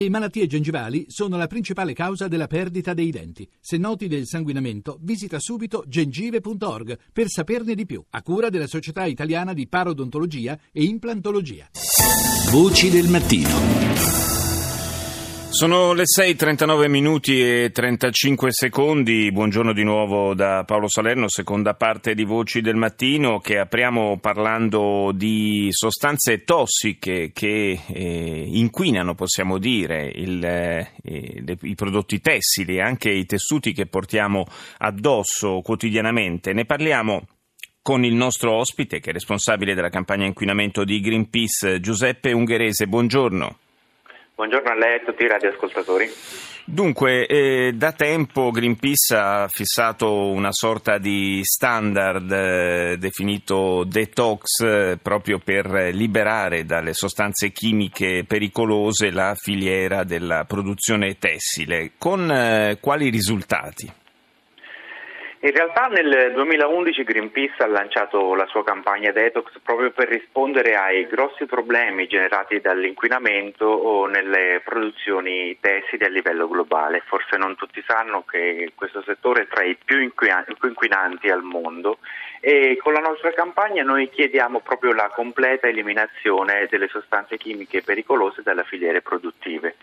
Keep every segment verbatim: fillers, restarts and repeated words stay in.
Le malattie gengivali sono la principale causa della perdita dei denti. Se noti del sanguinamento, visita subito gengive punto org per saperne di più, a cura della Società Italiana di Parodontologia e Implantologia. Voci del mattino. Sono le sei e trentanove minuti e trentacinque secondi. Buongiorno di nuovo da Paolo Salerno, seconda parte di Voci del Mattino, che apriamo parlando di sostanze tossiche che eh, inquinano, possiamo dire, il, eh, le, i prodotti tessili e anche i tessuti che portiamo addosso quotidianamente. Ne parliamo con il nostro ospite, che è responsabile della campagna inquinamento di Greenpeace, Giuseppe Ungherese. Buongiorno. Buongiorno a lei e a tutti i radioascoltatori. Dunque, eh, da tempo Greenpeace ha fissato una sorta di standard eh, definito detox eh, proprio per liberare dalle sostanze chimiche pericolose la filiera della produzione tessile. Con eh, quali risultati? In realtà nel duemilaundici Greenpeace ha lanciato la sua campagna Detox proprio per rispondere ai grossi problemi generati dall'inquinamento nelle produzioni tessili a livello globale. Forse non tutti sanno che questo settore è tra i più inquinanti al mondo e con la nostra campagna noi chiediamo proprio la completa eliminazione delle sostanze chimiche pericolose dalle filiere produttive.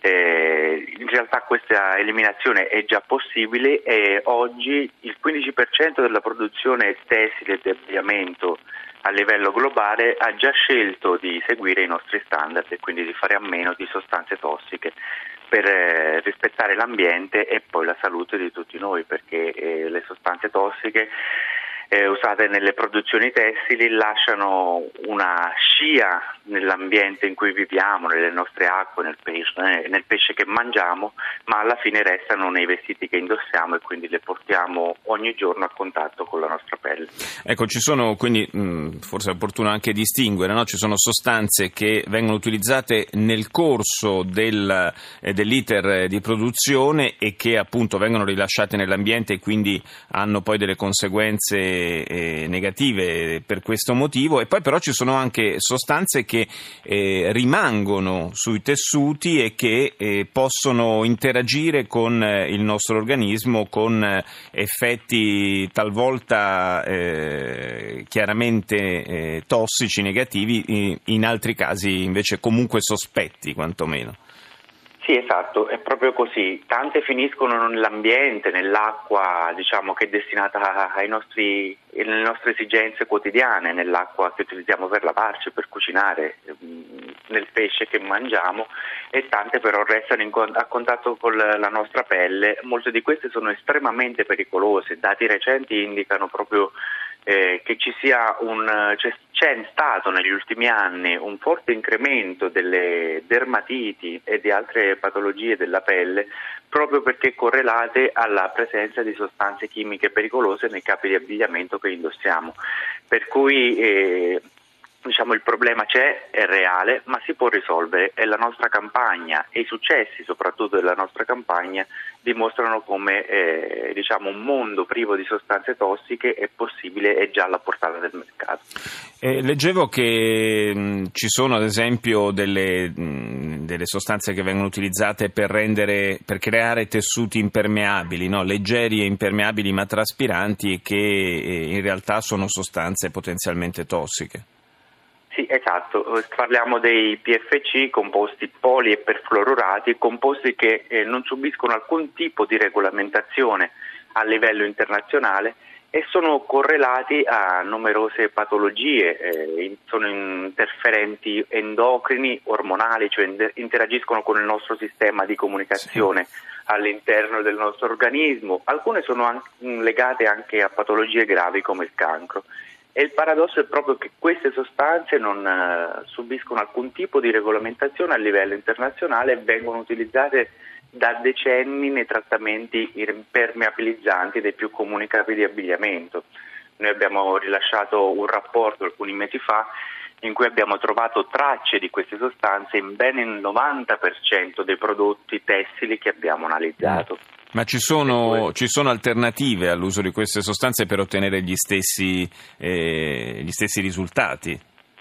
Eh, in realtà questa eliminazione è già possibile e oggi il quindici per cento della produzione tessile e di abbigliamento a livello globale ha già scelto di seguire i nostri standard e quindi di fare a meno di sostanze tossiche per eh, rispettare l'ambiente e poi la salute di tutti noi, perché eh, le sostanze tossiche Eh, usate nelle produzioni tessili lasciano una scia nell'ambiente in cui viviamo, nelle nostre acque, nel pesce, nel pesce che mangiamo, ma alla fine restano nei vestiti che indossiamo e quindi le portiamo ogni giorno a contatto con la nostra pelle. Ecco, ci sono quindi, mh, forse è opportuno anche distinguere, no? Ci sono sostanze che vengono utilizzate nel corso del, eh, dell'iter di produzione e che appunto vengono rilasciate nell'ambiente e quindi hanno poi delle conseguenze Eh, negative per questo motivo, e poi però ci sono anche sostanze che eh, rimangono sui tessuti e che eh, possono interagire con eh, il nostro organismo con eh, effetti talvolta eh, chiaramente eh, tossici, negativi, in altri casi invece comunque sospetti quantomeno. Sì, esatto, è proprio così. Tante finiscono nell'ambiente, nell'acqua, diciamo, che è destinata ai nostri, alle nostre esigenze quotidiane, nell'acqua che utilizziamo per lavarci, per cucinare, nel pesce che mangiamo, e tante però restano in, a contatto con la nostra pelle. Molte di queste sono estremamente pericolose. Dati recenti indicano proprio Eh, che ci sia un c'è, c'è stato negli ultimi anni un forte incremento delle dermatiti e di altre patologie della pelle proprio perché correlate alla presenza di sostanze chimiche pericolose nei capi di abbigliamento che indossiamo. Per cui eh, diciamo il problema c'è, è reale, ma si può risolvere e la nostra campagna e i successi soprattutto della nostra campagna dimostrano come eh, diciamo un mondo privo di sostanze tossiche è possibile e già alla portata del mercato. Eh, leggevo che mh, ci sono ad esempio delle, mh, delle sostanze che vengono utilizzate per rendere per creare tessuti impermeabili, no? Leggeri e impermeabili ma traspiranti, e che eh, in realtà sono sostanze potenzialmente tossiche. Sì, esatto, parliamo dei P F C, composti poli e perfluorurati, composti che eh, non subiscono alcun tipo di regolamentazione a livello internazionale e sono correlati a numerose patologie, eh, sono interferenti endocrini, ormonali, cioè interagiscono con il nostro sistema di comunicazione sì. all'interno del nostro organismo, alcune sono anche legate anche a patologie gravi come il cancro. E il paradosso è proprio che queste sostanze non uh, subiscono alcun tipo di regolamentazione a livello internazionale e vengono utilizzate da decenni nei trattamenti impermeabilizzanti dei più comuni capi di abbigliamento. Noi abbiamo rilasciato un rapporto alcuni mesi fa in cui abbiamo trovato tracce di queste sostanze in ben il novanta per cento dei prodotti tessili che abbiamo analizzato. Ma ci sono, ci sono alternative all'uso di queste sostanze per ottenere gli stessi, eh, gli stessi risultati?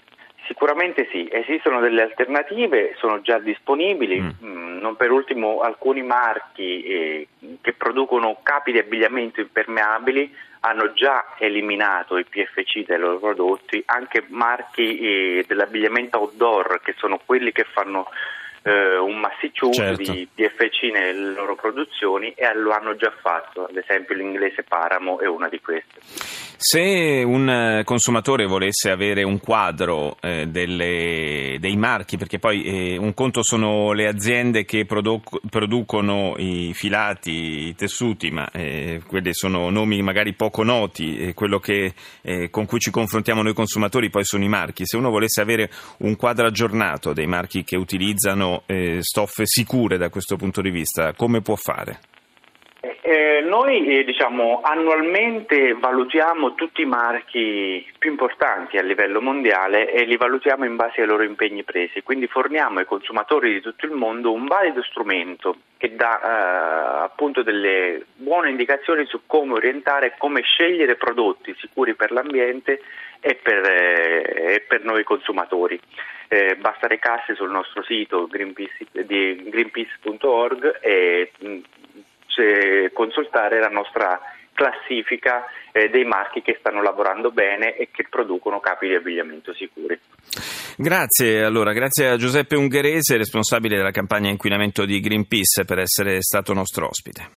Sicuramente sì, esistono delle alternative, sono già disponibili, mm. mh, non per ultimo alcuni marchi eh, che producono capi di abbigliamento impermeabili hanno già eliminato i P F C dai loro prodotti, anche marchi eh, dell'abbigliamento outdoor, che sono quelli che fanno eh, un massiccio uso certo. di P F C nelle loro produzioni, e lo hanno già fatto, ad esempio l'inglese Paramo è una di queste. Se un consumatore volesse avere un quadro eh, delle, dei marchi, perché poi eh, un conto sono le aziende che produc- producono i filati, i tessuti, ma eh, quelli sono nomi magari poco noti, e quello che, eh, con cui ci confrontiamo noi consumatori poi sono i marchi. Se uno volesse avere un quadro aggiornato dei marchi che utilizzano eh, stoffe sicure da questo punto di vista, come può fare? Eh, noi eh, diciamo annualmente valutiamo tutti i marchi più importanti a livello mondiale e li valutiamo in base ai loro impegni presi, quindi forniamo ai consumatori di tutto il mondo un valido strumento che dà eh, appunto delle buone indicazioni su come orientare e come scegliere prodotti sicuri per l'ambiente e per, eh, e per noi consumatori. Eh, basta recarsi sul nostro sito Greenpeace, di greenpeace punto org e mh, consultare la nostra classifica eh, dei marchi che stanno lavorando bene e che producono capi di abbigliamento sicuri. Grazie, allora, grazie a Giuseppe Ungherese, responsabile della campagna inquinamento di Greenpeace, per essere stato nostro ospite.